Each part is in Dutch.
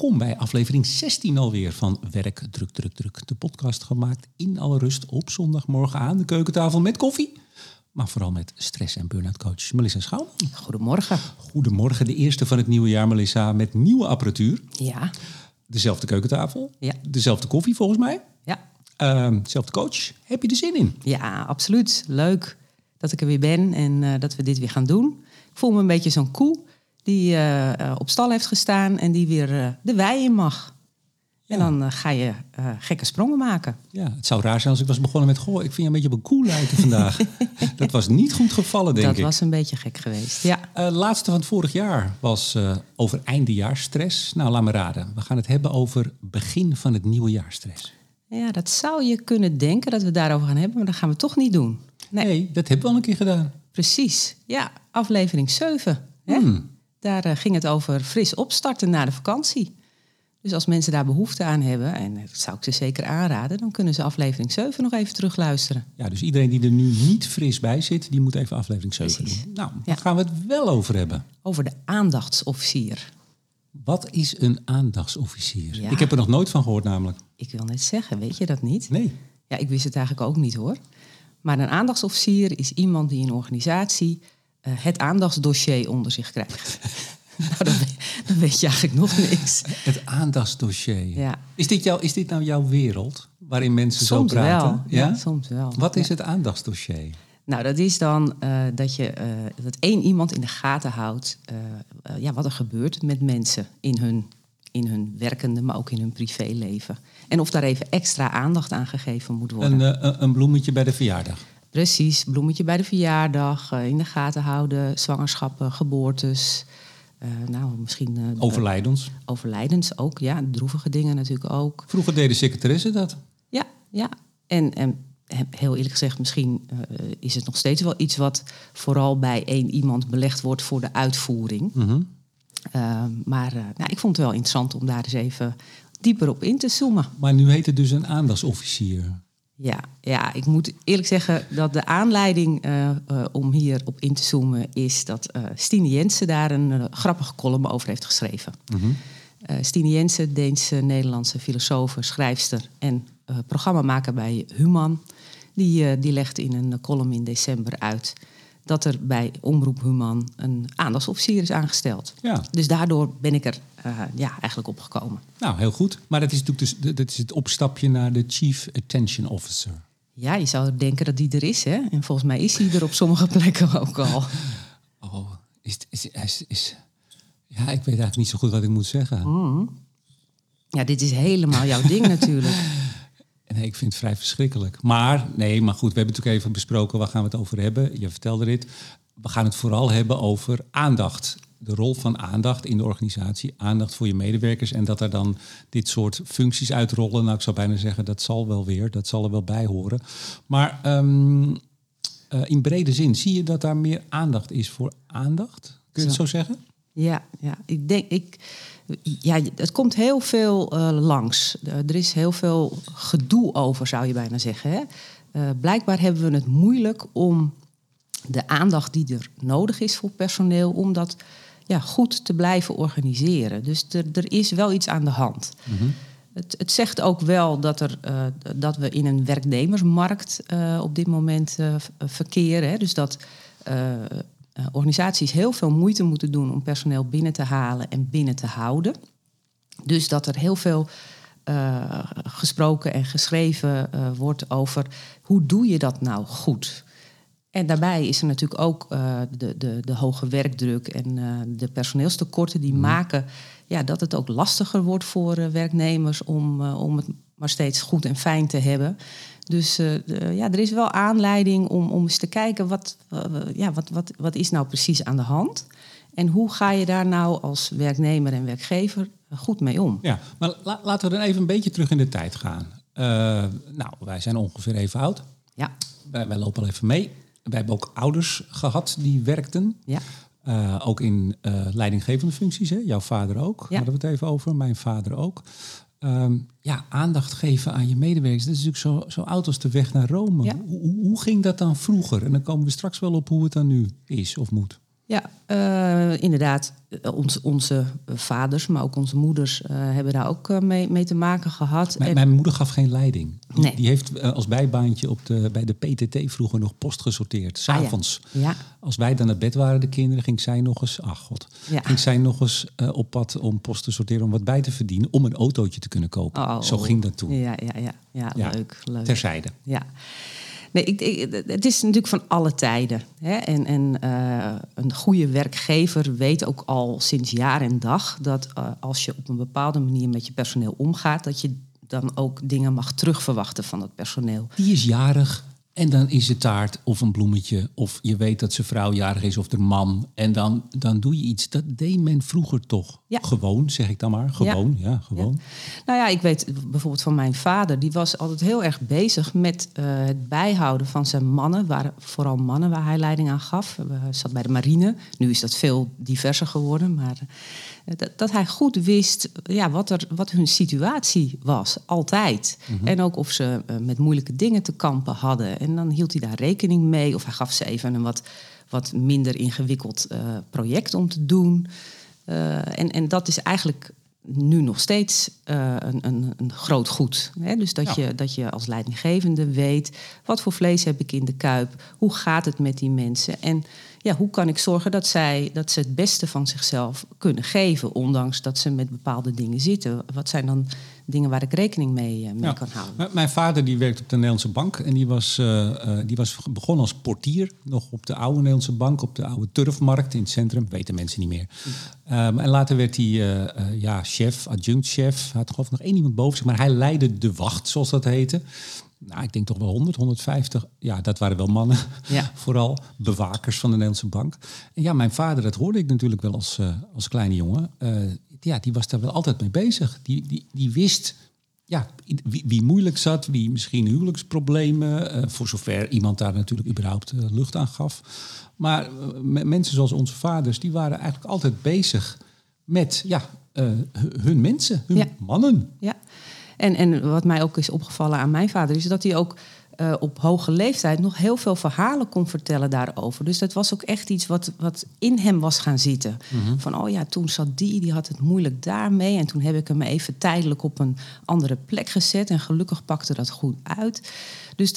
welkom bij aflevering 16 alweer van Werk Druk Druk Druk. De podcast gemaakt in alle rust op zondagmorgen aan de keukentafel met koffie. Maar vooral met stress- en burn-out coach Melissa Schouwman. Goedemorgen. Goedemorgen, de eerste van het nieuwe jaar Melissa met nieuwe apparatuur. Ja. Dezelfde keukentafel, Ja. Dezelfde koffie volgens mij. Ja. Dezelfde coach. Heb je er zin in? Ja, absoluut. Leuk dat ik er weer ben en dat we dit weer gaan doen. Ik voel me een beetje zo'n koe die op stal heeft gestaan en die weer de wei in mag. Ja. En dan ga je gekke sprongen maken. Ja, het zou raar zijn als ik was begonnen met... ik vind je een beetje op een koe lijken vandaag. Dat was niet goed gevallen, denk ik. Dat was een beetje gek geweest, ja. Laatste van het vorig jaar was over eindejaarsstress. Nou, laat me raden. We gaan het hebben over begin van het nieuwe jaar stress. Ja, dat zou je kunnen denken dat we het daarover gaan hebben, maar dat gaan we toch niet doen. Nee, dat hebben we al een keer gedaan. Precies, ja. Aflevering 7. Hè? Daar ging het over fris opstarten na de vakantie. Dus als mensen daar behoefte aan hebben, en dat zou ik ze zeker aanraden, dan kunnen ze aflevering 7 nog even terugluisteren. Ja, dus iedereen die er nu niet fris bij zit, die moet even aflevering 7 Precies. doen. Nou, daar gaan we het wel over hebben. Over de aandachtsofficier. Wat is een aandachtsofficier? Ja. Ik heb er nog nooit van gehoord namelijk. Ik wil net zeggen, weet je dat niet? Nee. Ja, ik wist het eigenlijk ook niet hoor. Maar een aandachtsofficier is iemand die in een organisatie het aandachtsdossier onder zich krijgt. Nou, dan weet je eigenlijk nog niks. Het aandachtsdossier. Ja. Is dit nou jouw wereld, waarin mensen Soms zo praten? wel. Ja, soms wel. Wat is het aandachtsdossier? Nou, dat is dan dat één iemand in de gaten houdt wat er gebeurt met mensen in hun werkende, maar ook in hun privéleven. En of daar even extra aandacht aan gegeven moet worden. Een bloemetje bij de verjaardag. Precies, bloemetje bij de verjaardag, in de gaten houden, zwangerschappen, geboortes. Misschien... Overlijdens. Overlijdens ook, ja. Droevige dingen natuurlijk ook. Vroeger deden secretaressen dat. Ja. En heel eerlijk gezegd, misschien is het nog steeds wel iets wat vooral bij één iemand belegd wordt voor de uitvoering. Mm-hmm. Ik vond het wel interessant om daar eens even dieper op in te zoomen. Maar nu heet het dus een aandachtsofficier. Ja, ik moet eerlijk zeggen dat de aanleiding om hierop in te zoomen is dat Stine Jensen daar een grappige column over heeft geschreven. Mm-hmm. Stine Jensen, Deens-Nederlandse filosoof, schrijfster en programmamaker bij Human, die legt in een column in december uit dat er bij Omroep Human een aandachtsofficier is aangesteld. Ja. Dus daardoor ben ik er eigenlijk opgekomen. Nou, heel goed. Maar dat is natuurlijk dat is het opstapje naar de Chief Attention Officer. Ja, je zou denken dat die er is, hè? En volgens mij is hij er op sommige plekken ook al. Oh, ja, ik weet eigenlijk niet zo goed wat ik moet zeggen. Ja, dit is helemaal jouw ding natuurlijk. Nee, ik vind het vrij verschrikkelijk. Maar goed, we hebben natuurlijk even besproken, waar gaan we het over hebben? Je vertelde dit. We gaan het vooral hebben over aandacht. De rol van aandacht in de organisatie. Aandacht voor je medewerkers. En dat er dan dit soort functies uitrollen. Nou, ik zou bijna zeggen, dat zal er wel bij horen. Maar in brede zin, zie je dat daar meer aandacht is voor aandacht? Kun je het zo zeggen? Ja, het komt heel veel langs. Er is heel veel gedoe over, zou je bijna zeggen. Hè? Blijkbaar hebben we het moeilijk om de aandacht die er nodig is voor personeel, om dat goed te blijven organiseren. Dus er is wel iets aan de hand. Mm-hmm. Het zegt ook wel dat we in een werknemersmarkt op dit moment verkeren. Hè? Dus dat organisaties heel veel moeite moeten doen om personeel binnen te halen en binnen te houden. Dus dat er heel veel gesproken en geschreven wordt over hoe doe je dat nou goed? En daarbij is er natuurlijk ook de hoge werkdruk en de personeelstekorten die maken dat het ook lastiger wordt voor werknemers om het maar steeds goed en fijn te hebben. Dus er is wel aanleiding om eens te kijken wat is nou precies aan de hand? En hoe ga je daar nou als werknemer en werkgever goed mee om? Ja, maar laten we dan even een beetje terug in de tijd gaan. Wij zijn ongeveer even oud. Ja. Wij lopen al even mee. Wij hebben ook ouders gehad die werkten. Ja. Ook in leidinggevende functies. Hè? Jouw vader ook. Ja. Hadden we het even over. Mijn vader ook. Aandacht geven aan je medewerkers. Dat is natuurlijk zo oud als de weg naar Rome. Ja. Hoe ging dat dan vroeger? En dan komen we straks wel op hoe het dan nu is of moet. Ja, inderdaad. Onze vaders, maar ook onze moeders hebben daar ook mee te maken gehad. Mijn moeder gaf geen leiding. Nee. Die heeft als bijbaantje bij de PTT vroeger nog post gesorteerd. 's Avonds. Ja. Als wij dan naar bed waren, de kinderen, ging zij nog eens op pad om post te sorteren, om wat bij te verdienen, om een autootje te kunnen kopen. Zo ging dat toen. Ja, leuk. Terzijde. Ja. Nee, het is natuurlijk van alle tijden. Hè? En een goede werkgever weet ook al sinds jaar en dag dat als je op een bepaalde manier met je personeel omgaat, dat je dan ook dingen mag terugverwachten van dat personeel. Die is jarig en dan is het taart of een bloemetje, of je weet dat zijn vrouw jarig is of de man. En dan doe je iets. Dat deed men vroeger toch. Ja. Gewoon, zeg ik dan maar. Gewoon. Ja. Nou ja, ik weet bijvoorbeeld van mijn vader. Die was altijd heel erg bezig met het bijhouden van zijn mannen. Waren vooral mannen waar hij leiding aan gaf. Hij zat bij de marine. Nu is dat veel diverser geworden. Maar dat hij goed wist wat hun situatie was. Altijd. Mm-hmm. En ook of ze met moeilijke dingen te kampen hadden. En dan hield hij daar rekening mee. Of hij gaf ze even een wat minder ingewikkeld project om te doen. En dat is eigenlijk nu nog steeds een groot goed. Hè? Dus dat je als leidinggevende weet, wat voor vlees heb ik in de kuip? Hoe gaat het met die mensen? En hoe kan ik zorgen dat ze het beste van zichzelf kunnen geven, ondanks dat ze met bepaalde dingen zitten? Wat zijn dan dingen waar ik rekening mee kan houden? Mijn vader die werkte op de Nederlandse Bank en die was begonnen als portier, nog op de oude Nederlandse Bank, op de oude Turfmarkt in het centrum, weten mensen niet meer. En later werd hij chef, adjunct-chef. Hij had geloof ik nog één iemand boven zich, maar hij leidde de wacht, zoals dat heette. Nou, ik denk toch wel 150. Ja, dat waren wel mannen. Ja. Vooral bewakers van de Nederlandse Bank. En ja, mijn vader, dat hoorde ik natuurlijk wel als kleine jongen. Die was daar wel altijd mee bezig. Die wist wie moeilijk zat, wie misschien huwelijksproblemen. Voor zover iemand daar natuurlijk überhaupt lucht aan gaf. Maar mensen zoals onze vaders, die waren eigenlijk altijd bezig met hun mensen, hun mannen. Ja. En wat mij ook is opgevallen aan mijn vader is dat hij ook op hoge leeftijd nog heel veel verhalen kon vertellen daarover. Dus dat was ook echt iets wat in hem was gaan zitten. Mm-hmm. Van toen zat die had het moeilijk daarmee. En toen heb ik hem even tijdelijk op een andere plek gezet. En gelukkig pakte dat goed uit. Dus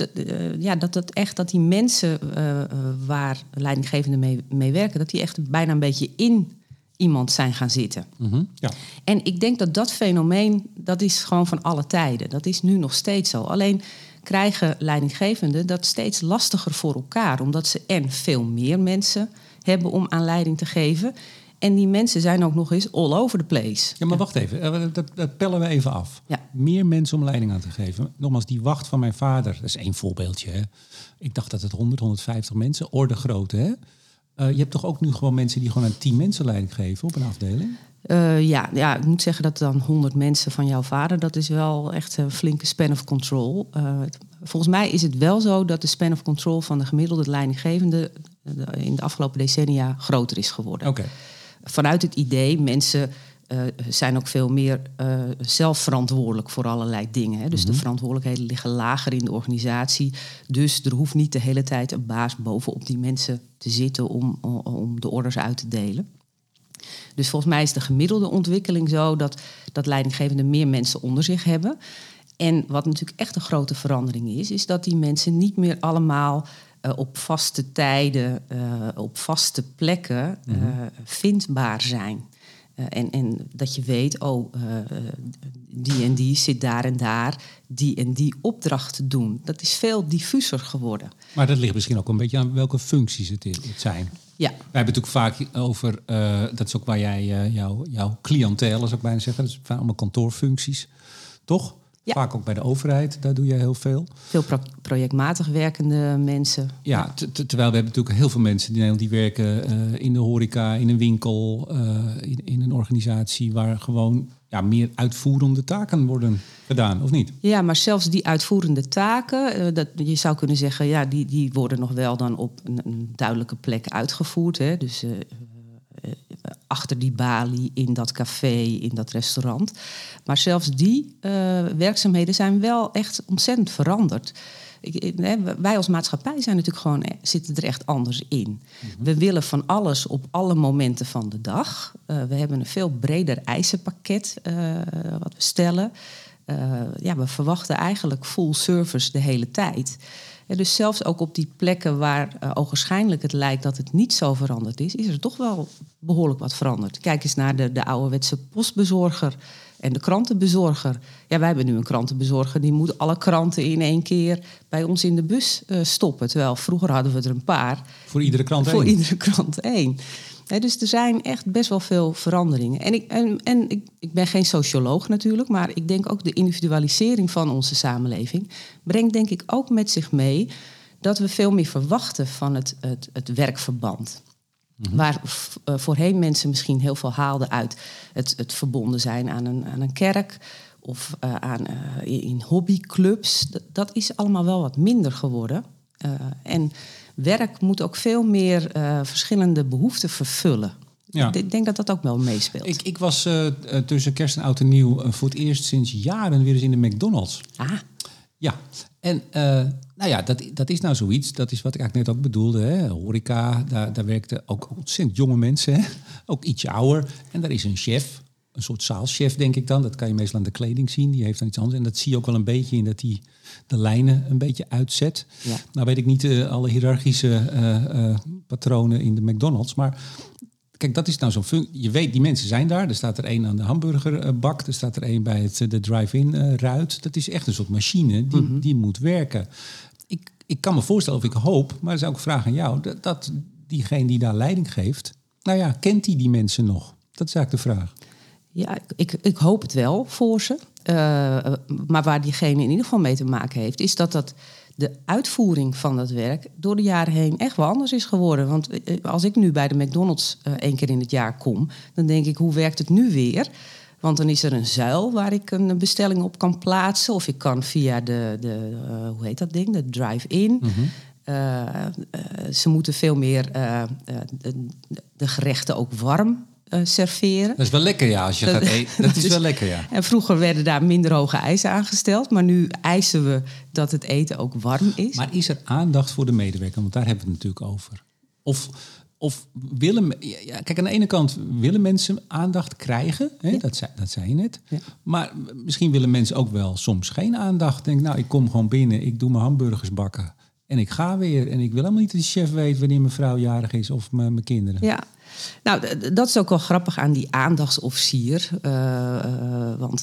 dat die mensen waar leidinggevenden mee werken, dat die echt bijna een beetje in iemand zijn gaan zitten. Mm-hmm, ja. En ik denk dat fenomeen, dat is gewoon van alle tijden. Dat is nu nog steeds zo. Alleen krijgen leidinggevenden dat steeds lastiger voor elkaar. Omdat ze veel meer mensen hebben om aan leiding te geven. En die mensen zijn ook nog eens all over the place. Ja, maar wacht even. Dat pellen we even af. Ja. Meer mensen om leiding aan te geven. Nogmaals, die wacht van mijn vader. Dat is één voorbeeldje. Hè. Ik dacht dat het 150 mensen, orde grootte, hè? Je hebt toch ook nu gewoon mensen die gewoon aan 10 mensen leiding geven op een afdeling? Ik moet zeggen dat dan 100 mensen van jouw vader, dat is wel echt een flinke span of control. Volgens mij is het wel zo dat de span of control van de gemiddelde leidinggevende in de afgelopen decennia groter is geworden. Okay. Vanuit het idee, mensen zijn ook veel meer zelf verantwoordelijk voor allerlei dingen. Hè? Dus de verantwoordelijkheden liggen lager in de organisatie. Dus er hoeft niet de hele tijd een baas bovenop die mensen te zitten om de orders uit te delen. Dus volgens mij is de gemiddelde ontwikkeling zo dat leidinggevenden meer mensen onder zich hebben. En wat natuurlijk echt een grote verandering is dat die mensen niet meer allemaal op vaste tijden, op vaste plekken vindbaar zijn. En dat je weet, die en die zit daar en daar die en die opdracht te doen. Dat is veel diffuser geworden. Maar dat ligt misschien ook een beetje aan welke functies het zijn. Ja. We hebben het natuurlijk vaak over, dat is ook waar jij jouw cliëntele, zou ik bijna zeggen, dat zijn allemaal kantoorfuncties, toch? Ja. Vaak ook bij de overheid, daar doe jij heel veel. Veel projectmatig werkende mensen. Ja, terwijl we hebben natuurlijk heel veel mensen die werken in de horeca, in een winkel, in een organisatie waar gewoon meer uitvoerende taken worden gedaan, of niet? Ja, maar zelfs die uitvoerende taken, je zou kunnen zeggen, die worden nog wel dan op een duidelijke plek uitgevoerd. Hè? Dus achter die balie, in dat café, in dat restaurant. Maar zelfs die werkzaamheden zijn wel echt ontzettend veranderd. wij als maatschappij zijn natuurlijk gewoon, zitten er echt anders in. We willen van alles op alle momenten van de dag. We hebben een veel breder eisenpakket wat we stellen. We verwachten eigenlijk full service de hele tijd. Dus zelfs ook op die plekken waar ogenschijnlijk het lijkt dat het niet zo veranderd is er toch wel behoorlijk wat veranderd. Kijk eens naar de ouderwetse postbezorger en de krantenbezorger. Ja, wij hebben nu een krantenbezorger die moet alle kranten in één keer bij ons in de bus stoppen. Terwijl vroeger hadden we er een paar. Voor iedere krant één? Voor iedere krant één. Dus er zijn echt best wel veel veranderingen. En ik ben geen socioloog natuurlijk, maar ik denk ook de individualisering van onze samenleving brengt denk ik ook met zich mee dat we veel meer verwachten van het werkverband. Waar voorheen mensen misschien heel veel haalden uit het verbonden zijn aan een kerk of in hobbyclubs. Dat is allemaal wel wat minder geworden. En werk moet ook veel meer verschillende behoeften vervullen. Ja. Ik denk dat dat ook wel meespeelt. Ik was tussen kerst en oud en nieuw voor het eerst sinds jaren weer eens in de McDonald's. Ah. Ja, en dat is nou zoiets. Dat is wat ik eigenlijk net ook bedoelde. Hè. Horeca, daar werkten ook ontzettend jonge mensen. Hè. Ook ietsje ouder. En daar is een chef, een soort zaalchef denk ik dan. Dat kan je meestal aan de kleding zien. Die heeft dan iets anders. En dat zie je ook wel een beetje in dat hij de lijnen een beetje uitzet. Ja. Nou weet ik niet alle hiërarchische patronen in de McDonald's. Maar kijk, dat is nou zo'n functie. Je weet, die mensen zijn daar. Er staat er één aan de hamburgerbak. Er staat er één bij de drive-in ruit. Dat is echt een soort machine die moet werken. Ik kan me voorstellen of ik hoop, maar dan zou ik vragen aan jou, dat diegene die daar leiding geeft, kent die mensen nog? Dat is eigenlijk de vraag. Ja, ik hoop het wel voor ze. Maar waar diegene in ieder geval mee te maken heeft, is dat de uitvoering van dat werk door de jaren heen echt wel anders is geworden. Want als ik nu bij de McDonald's 1 keer in het jaar kom, dan denk ik, hoe werkt het nu weer? Want dan is er een zuil waar ik een bestelling op kan plaatsen. Of ik kan via hoe heet dat ding? De drive-in. Ze moeten veel meer de gerechten ook warm serveren. Dat is wel lekker, ja, als je gaat eten. Dat is wel lekker, ja. En vroeger werden daar minder hoge eisen aangesteld. Maar nu eisen we dat het eten ook warm is. Maar is er aandacht voor de medewerker? Want daar hebben we het natuurlijk over. Of willen... Ja, kijk, aan de ene kant willen mensen aandacht krijgen. Hè? Ja. Dat zei je net. Ja. Maar misschien willen mensen ook wel soms geen aandacht. Denk, ik kom gewoon binnen, ik doe mijn hamburgers bakken. En ik ga weer. En ik wil helemaal niet dat de chef weet wanneer mijn vrouw jarig is of mijn kinderen. Ja, nou, dat is ook wel grappig aan die aandachtsofficier. Want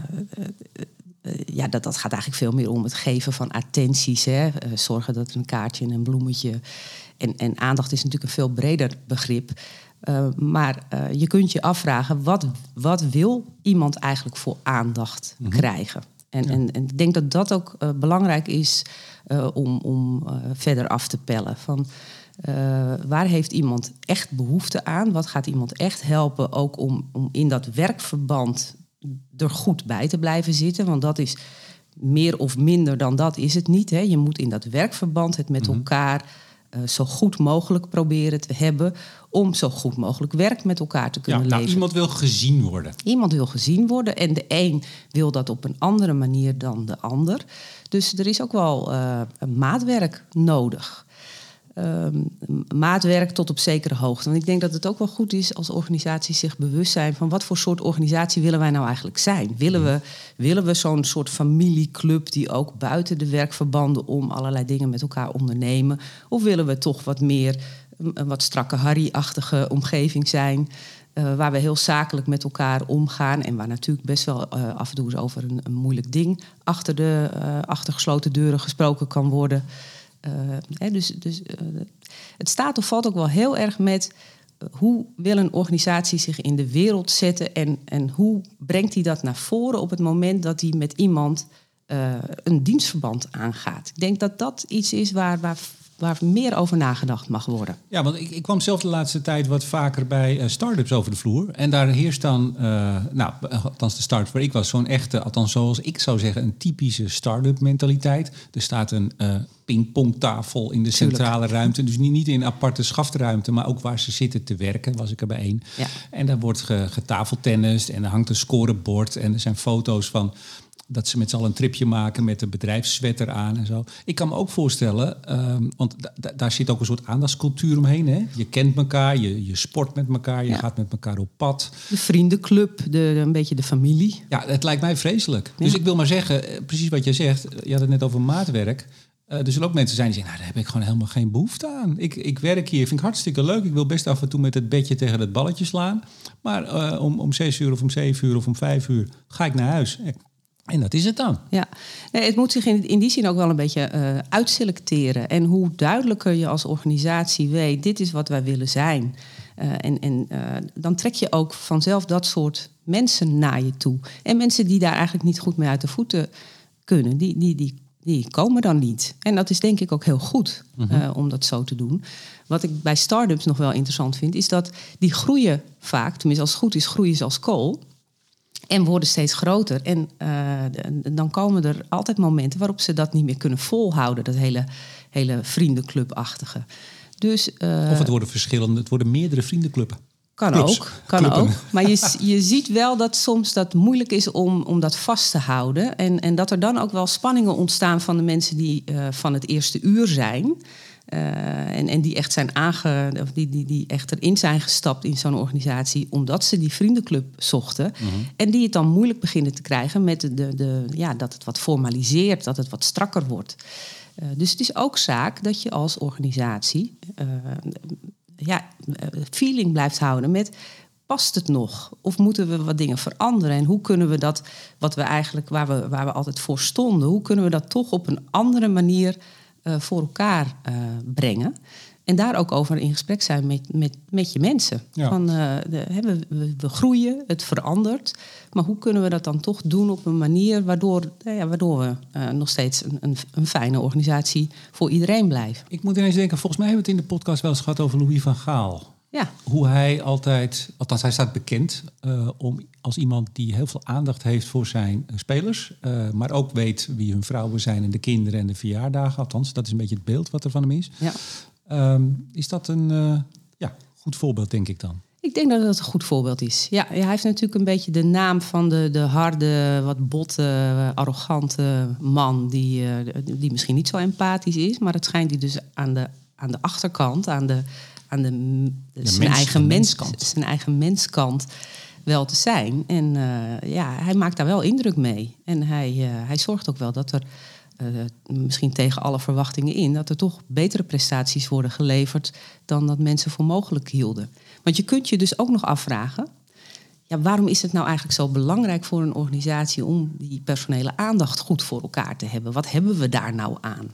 dat gaat eigenlijk veel meer om het geven van attenties. Hè? Zorgen dat een kaartje en een bloemetje. En aandacht is natuurlijk een veel breder begrip. Maar je kunt je afvragen, wat wil iemand eigenlijk voor aandacht krijgen? En ik denk dat dat ook belangrijk is om verder af te pellen. Van, waar heeft iemand echt behoefte aan? Wat gaat iemand echt helpen ook om in dat werkverband er goed bij te blijven zitten? Want dat is meer of minder dan dat is het niet. Hè? Je moet in dat werkverband het met elkaar zo goed mogelijk proberen te hebben om zo goed mogelijk werk met elkaar te kunnen leveren. Iemand wil gezien worden. Iemand wil gezien worden en de een wil dat op een andere manier dan de ander. Dus er is ook wel maatwerk nodig. Maatwerk tot op zekere hoogte. Want ik denk dat het ook wel goed is als organisaties zich bewust zijn van wat voor soort organisatie willen wij nou eigenlijk zijn. Willen we zo'n soort familieclub die ook buiten de werkverbanden om allerlei dingen met elkaar ondernemen? Of willen we toch wat meer een wat strakke Harry-achtige omgeving zijn, waar we heel zakelijk met elkaar omgaan en waar natuurlijk best wel af en toe eens over een moeilijk ding achter gesloten deuren gesproken kan worden. Het staat of valt ook wel heel erg met hoe wil een organisatie zich in de wereld zetten en hoe brengt hij dat naar voren op het moment dat hij met iemand een dienstverband aangaat. Ik denk dat dat iets is waar meer over nagedacht mag worden. Ja, want ik kwam zelf de laatste tijd wat vaker bij start-ups over de vloer. En daar heerst dan, althans de start-up waar ik was, zo'n echte, althans zoals ik zou zeggen, een typische start-up mentaliteit. Er staat een pingpongtafel in de centrale ruimte. Dus niet in een aparte schaftruimte, maar ook waar ze zitten te werken, was ik er bij één. Ja. En daar wordt getafeltennist en er hangt een scorebord en er zijn foto's van dat ze met z'n allen een tripje maken met een bedrijfssweater aan en zo. Ik kan me ook voorstellen, want daar zit ook een soort aandachtscultuur omheen. Hè? Je kent elkaar, je sport met elkaar, je gaat met elkaar op pad. De vriendenclub, een beetje de familie. Ja, het lijkt mij vreselijk. Ja. Dus ik wil maar zeggen, precies wat jij zegt. Je had het net over maatwerk. Er zullen ook mensen zijn die zeggen, nou, daar heb ik gewoon helemaal geen behoefte aan. Ik werk hier, vind ik hartstikke leuk. Ik wil best af en toe met het bedje tegen het balletje slaan. Maar om 6 uur of om 7 uur of om 5 uur ga ik naar huis. En dat is het dan. Ja, het moet zich in die zin ook wel een beetje uitselecteren. En hoe duidelijker je als organisatie weet, dit is wat wij willen zijn. Dan trek je ook vanzelf dat soort mensen naar je toe. En mensen die daar eigenlijk niet goed mee uit de voeten kunnen, die komen dan niet. En dat is denk ik ook heel goed om dat zo te doen. Wat ik bij start-ups nog wel interessant vind, is dat die groeien vaak, tenminste als het goed is, groeien ze als kool. En worden steeds groter. En dan komen er altijd momenten waarop ze dat niet meer kunnen volhouden. Dat hele vriendenclubachtige. Dus, of het worden verschillende, het worden meerdere vriendenclubben. Kan ook. Maar je ziet wel dat soms dat moeilijk is om dat vast te houden. En dat er dan ook wel spanningen ontstaan van de mensen die van het eerste uur zijn. En die echt zijn die echt erin zijn gestapt in zo'n organisatie, omdat ze die vriendenclub zochten. En die het dan moeilijk beginnen te krijgen met dat het wat formaliseert, dat het wat strakker wordt. Dus het is ook zaak dat je als organisatie feeling blijft houden met, past het nog? Of moeten we wat dingen veranderen? En hoe kunnen we dat, wat we eigenlijk, waar we altijd voor stonden, hoe kunnen we dat toch op een andere manier voor elkaar brengen? En daar ook over in gesprek zijn met je mensen. Ja. We groeien, het verandert. Maar hoe kunnen we dat dan toch doen op een manier waardoor we nog steeds een fijne organisatie voor iedereen blijven? Ik moet ineens denken, volgens mij hebben we het in de podcast wel eens gehad over Louis van Gaal. Ja. Hoe hij altijd, althans hij staat bekend om als iemand die heel veel aandacht heeft voor zijn spelers. Maar ook weet wie hun vrouwen zijn en de kinderen en de verjaardagen. Althans, dat is een beetje het beeld wat er van hem is. Ja. Is dat een goed voorbeeld, denk ik dan? Ik denk dat het een goed voorbeeld is. Ja, hij heeft natuurlijk een beetje de naam van de harde, wat botte, arrogante man die misschien niet zo empathisch is. Maar het schijnt hij dus aan de achterkant, zijn eigen menskant wel te zijn. En hij maakt daar wel indruk mee. En hij zorgt ook wel dat er, misschien tegen alle verwachtingen in, dat er toch betere prestaties worden geleverd dan dat mensen voor mogelijk hielden. Want je kunt je dus ook nog afvragen, waarom is het nou eigenlijk zo belangrijk voor een organisatie om die personele aandacht goed voor elkaar te hebben? Wat hebben we daar nou aan?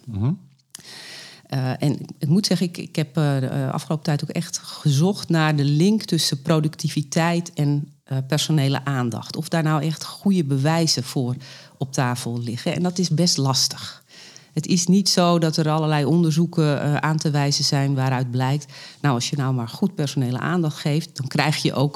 En ik moet zeggen, ik heb de afgelopen tijd ook echt gezocht naar de link tussen productiviteit en personele aandacht. Of daar nou echt goede bewijzen voor op tafel liggen. En dat is best lastig. Het is niet zo dat er allerlei onderzoeken aan te wijzen zijn waaruit blijkt, nou, als je nou maar goed personele aandacht geeft, dan krijg je ook,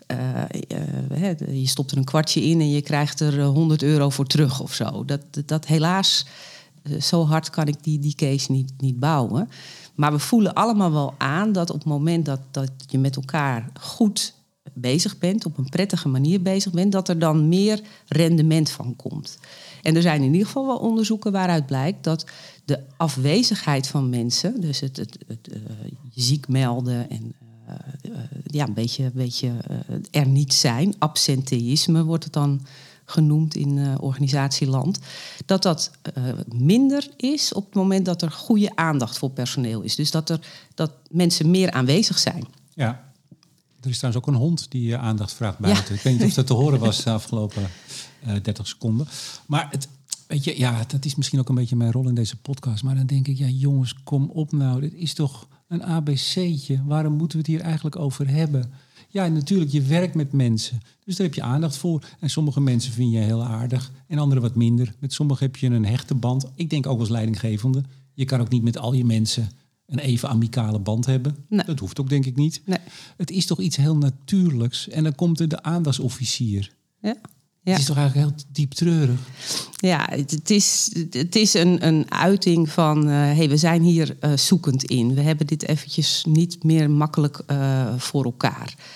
je stopt er een kwartje in en je krijgt er €100 voor terug of zo. Dat helaas, zo hard kan ik die case niet bouwen. Maar we voelen allemaal wel aan dat op het moment dat je met elkaar goed bezig bent, op een prettige manier bezig bent, dat er dan meer rendement van komt. En er zijn in ieder geval wel onderzoeken waaruit blijkt dat de afwezigheid van mensen, dus het je ziek melden en een beetje er niet zijn, absenteïsme wordt het dan genoemd in organisatieland, dat minder is op het moment dat er goede aandacht voor personeel is. Dus dat mensen meer aanwezig zijn. Ja. Er is trouwens ook een hond die aandacht vraagt buiten. Ja. Ik weet niet of dat te horen was de afgelopen 30 seconden. Maar dat is misschien ook een beetje mijn rol in deze podcast. Maar dan denk ik, jongens, kom op nou. Dit is toch een ABC'tje. Waarom moeten we het hier eigenlijk over hebben? Ja, natuurlijk, je werkt met mensen. Dus daar heb je aandacht voor. En sommige mensen vind je heel aardig en andere wat minder. Met sommigen heb je een hechte band. Ik denk ook als leidinggevende. Je kan ook niet met al je mensen een even amicale band hebben. Nee. Dat hoeft ook denk ik niet. Nee. Het is toch iets heel natuurlijks. En dan komt er de aandachtsofficier. Ja. Ja. Het is toch eigenlijk heel diep treurig? Ja, het is een uiting van, we zijn hier zoekend in. We hebben dit eventjes niet meer makkelijk voor elkaar.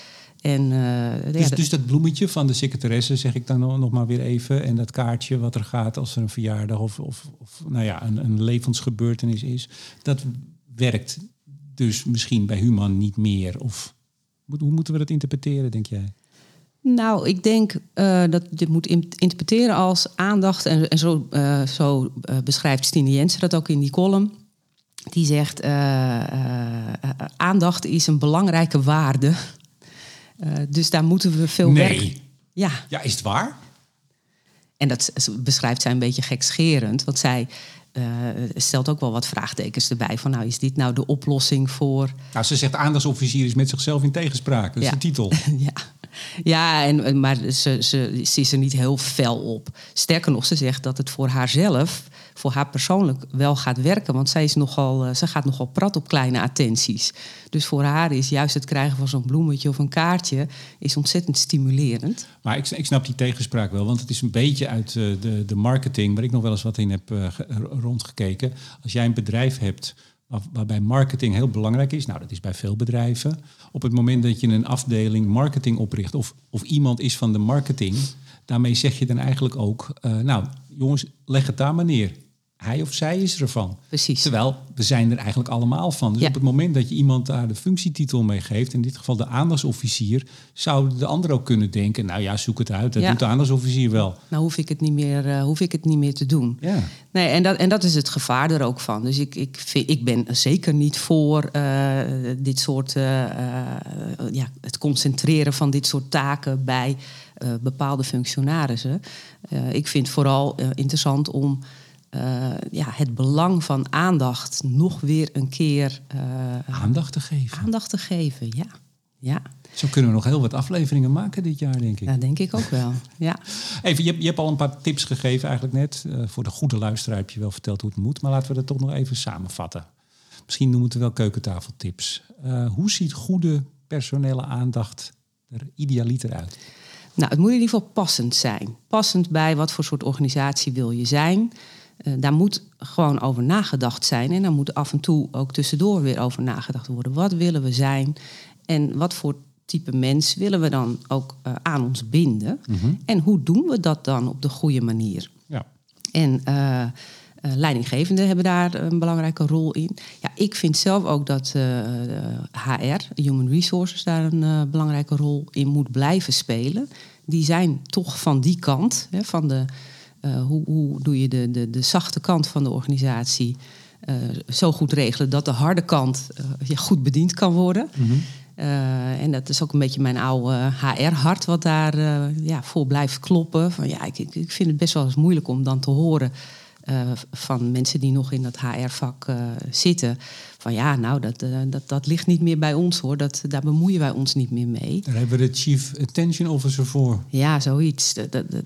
En, dus dat bloemetje van de secretaresse, zeg ik dan nog maar weer even. En dat kaartje wat er gaat als er een verjaardag of een levensgebeurtenis is. Dat werkt dus misschien bij Human niet meer. Of hoe moeten we dat interpreteren, denk jij? Nou, ik denk dat je moet interpreteren als aandacht. En zo beschrijft Stine Jensen dat ook in die column. Die zegt, aandacht is een belangrijke waarde. Dus daar moeten we veel werk... Ja, is het waar? En dat beschrijft zij een beetje gekscherend. Want zij stelt ook wel wat vraagtekens erbij. Van is dit nou de oplossing voor... Nou, ze zegt aandachtsofficier is met zichzelf in tegenspraak. Dat is de titel. Maar ze is er niet heel fel op. Sterker nog, ze zegt dat het voor haarzelf, voor haar persoonlijk wel gaat werken. Want ze gaat nogal prat op kleine attenties. Dus voor haar is juist het krijgen van zo'n bloemetje of een kaartje is ontzettend stimulerend. Maar ik snap die tegenspraak wel. Want het is een beetje uit de marketing, waar ik nog wel eens wat in heb rondgekeken. Als jij een bedrijf hebt waarbij marketing heel belangrijk is. Nou, dat is bij veel bedrijven. Op het moment dat je een afdeling marketing opricht of iemand is van de marketing, daarmee zeg je dan eigenlijk ook, jongens, leg het daar maar neer. Hij of zij is ervan. Precies. Terwijl we zijn er eigenlijk allemaal van. Dus op het moment dat je iemand daar de functietitel mee geeft, in dit geval de aandachtsofficier, zou de ander ook kunnen denken, zoek het uit, dat doet de aandachtsofficier wel. Nou hoef ik het niet meer te doen. Ja. Nee, en dat is het gevaar er ook van. Dus ik ben zeker niet voor dit soort het concentreren van dit soort taken bij bepaalde functionarissen. Ik vind vooral interessant om het belang van aandacht nog weer een keer... aandacht te geven. Aandacht te geven, ja. Zo kunnen we nog heel wat afleveringen maken dit jaar, denk ik. Dat denk ik ook wel, ja. Even, je hebt al een paar tips gegeven eigenlijk net. Voor de goede luisteraar heb je wel verteld hoe het moet. Maar laten we dat toch nog even samenvatten. Misschien noemen we het wel keukentafeltips. Hoe ziet goede personele aandacht er idealiter uit? Nou, het moet in ieder geval passend zijn. Passend bij wat voor soort organisatie wil je zijn. Daar moet gewoon over nagedacht zijn. En daar moet af en toe ook tussendoor weer over nagedacht worden. Wat willen we zijn? En wat voor type mens willen we dan ook aan ons binden? Mm-hmm. En hoe doen we dat dan op de goede manier? Ja. En leidinggevenden hebben daar een belangrijke rol in. Ja, ik vind zelf ook dat HR, Human Resources, daar een belangrijke rol in moet blijven spelen. Die zijn toch van die kant, van de... Hoe doe je de zachte kant van de organisatie zo goed regelen dat de harde kant goed bediend kan worden. Mm-hmm. En dat is ook een beetje mijn oude HR-hart wat daar voor blijft kloppen. Van, ik vind het best wel eens moeilijk om dan te horen van mensen die nog in dat HR-vak zitten. Van dat ligt niet meer bij ons hoor. Daar bemoeien wij ons niet meer mee. Daar hebben we de Chief Attention Officer voor. Ja, zoiets.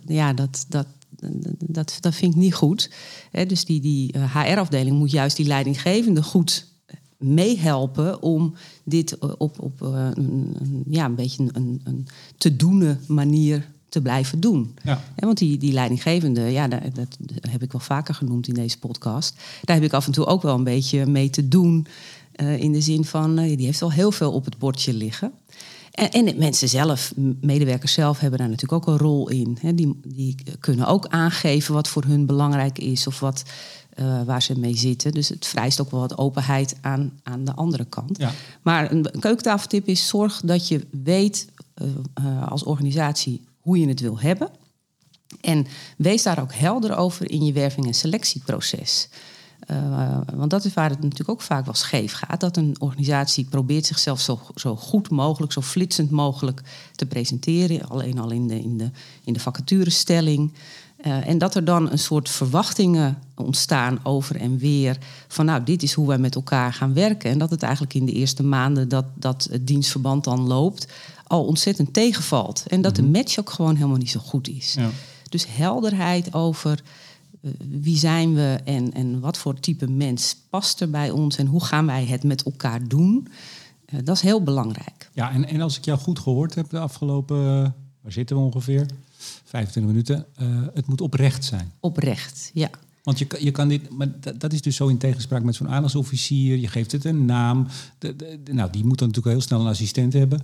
Dat vind ik niet goed. Dus die HR-afdeling moet juist die leidinggevende goed meehelpen om dit op een beetje een te doene manier te blijven doen. Ja. Want die leidinggevende, dat heb ik wel vaker genoemd in deze podcast. Daar heb ik af en toe ook wel een beetje mee te doen. In de zin van, die heeft wel heel veel op het bordje liggen. En mensen zelf, medewerkers zelf, hebben daar natuurlijk ook een rol in. Die kunnen ook aangeven wat voor hun belangrijk is of waar ze mee zitten. Dus het vereist ook wel wat openheid aan de andere kant. Ja. Maar een keukentafeltip is: zorg dat je weet als organisatie hoe je het wil hebben. En wees daar ook helder over in je werving- en selectieproces. Want dat is waar het natuurlijk ook vaak wel scheef gaat. Dat een organisatie probeert zichzelf zo goed mogelijk, zo flitsend mogelijk te presenteren. Alleen al in de vacaturestelling. En dat er dan een soort verwachtingen ontstaan over en weer. Van dit is hoe wij met elkaar gaan werken. En dat het eigenlijk in de eerste maanden dat het dienstverband dan loopt al ontzettend tegenvalt. En dat de match ook gewoon helemaal niet zo goed is. Ja. Dus helderheid over wie zijn we en wat voor type mens past er bij ons en hoe gaan wij het met elkaar doen. Dat is heel belangrijk. Ja, en als ik jou goed gehoord heb de afgelopen, waar zitten we ongeveer? 25 minuten. Het moet oprecht zijn. Oprecht, ja. Want je kan dit, maar dat is dus zo in tegenspraak met zo'n aandachtsofficier. Je geeft het een naam. Die moet dan natuurlijk heel snel een assistent hebben.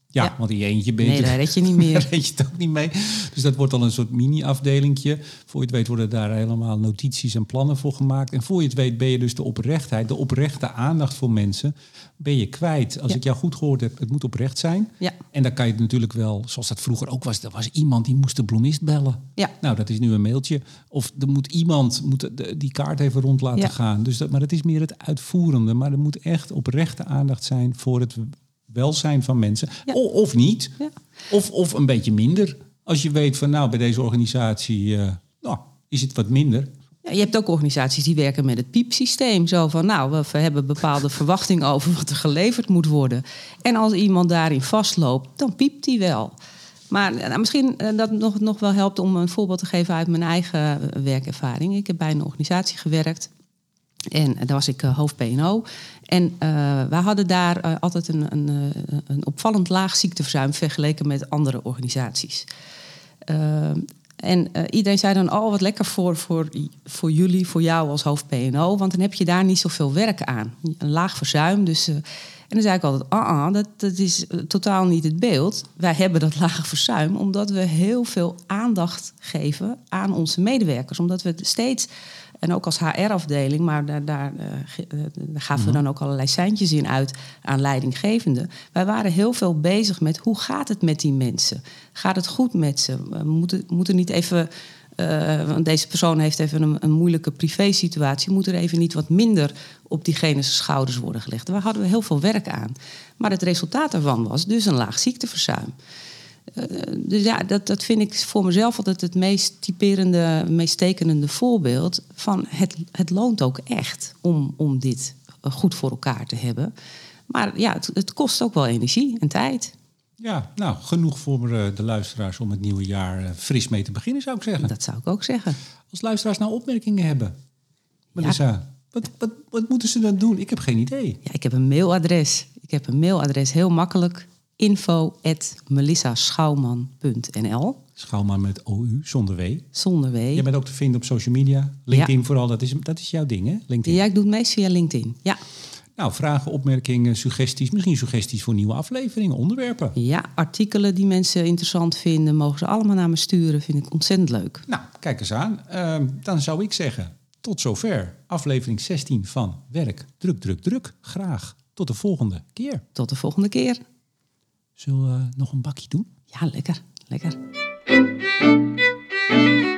Ja, want in je eentje ben je... Nee, daar red je niet meer. Daar red je het ook niet mee. Dus dat wordt al een soort mini-afdelingje. Voor je het weet worden daar helemaal notities en plannen voor gemaakt. En voor je het weet ben je dus de oprechte aandacht voor mensen, ben je kwijt. Als ik jou goed gehoord heb, het moet oprecht zijn. Ja. En dan kan je het natuurlijk wel, zoals dat vroeger ook was, er was iemand die moest de bloemist bellen. Ja. Nou, dat is nu een mailtje. Of er moet iemand die kaart even rond laten gaan. Dus maar dat is meer het uitvoerende. Maar er moet echt oprechte aandacht zijn voor het welzijn van mensen. Ja. Of niet. Ja. Of een beetje minder. Als je weet van bij deze organisatie is het wat minder. Ja, je hebt ook organisaties die werken met het piepsysteem. Zo van, we hebben bepaalde verwachtingen over wat er geleverd moet worden. En als iemand daarin vastloopt, dan piept die wel. Maar misschien dat nog wel helpt om een voorbeeld te geven uit mijn eigen werkervaring. Ik heb bij een organisatie gewerkt. En daar was ik hoofd P&O. En wij hadden daar altijd een opvallend laag ziekteverzuim vergeleken met andere organisaties. En iedereen zei dan, wat lekker voor jullie, voor jou als hoofd P&O. Want dan heb je daar niet zoveel werk aan. Een laag verzuim. Dus, en dan zei ik altijd, dat is totaal niet het beeld. Wij hebben dat lage verzuim omdat we heel veel aandacht geven aan onze medewerkers. Omdat we steeds... En ook als HR-afdeling, maar daar gaven we dan ook allerlei seintjes in uit aan leidinggevenden. Wij waren heel veel bezig met hoe gaat het met die mensen? Gaat het goed met ze? We moeten niet even, want deze persoon heeft even een moeilijke privésituatie. Moet er even niet wat minder op diegene's schouders worden gelegd? Daar hadden we heel veel werk aan. Maar het resultaat daarvan was dus een laag ziekteverzuim. Dus ja, dat vind ik voor mezelf altijd het meest typerende, meest tekenende voorbeeld van het loont ook echt om dit goed voor elkaar te hebben. Maar ja, het kost ook wel energie en tijd. Ja, genoeg voor de luisteraars om het nieuwe jaar fris mee te beginnen, zou ik zeggen. Dat zou ik ook zeggen. Als luisteraars opmerkingen hebben, Melissa, wat moeten ze dan doen? Ik heb geen idee. Ja, ik heb een mailadres, heel makkelijk. info@melissaschouwman.nl. Schouwman met OU, zonder W. Zonder W. Jij bent ook te vinden op social media. LinkedIn vooral, dat is jouw ding, hè? LinkedIn. Ja, ik doe het meest via LinkedIn, ja. Vragen, opmerkingen, suggesties. Misschien suggesties voor nieuwe afleveringen, onderwerpen. Ja, artikelen die mensen interessant vinden, mogen ze allemaal naar me sturen. Vind ik ontzettend leuk. Nou, kijk eens aan. Dan zou ik zeggen, tot zover. Aflevering 16 van Werk, druk. Graag. Tot de volgende keer. Tot de volgende keer. Zullen we nog een bakje doen? Ja, lekker.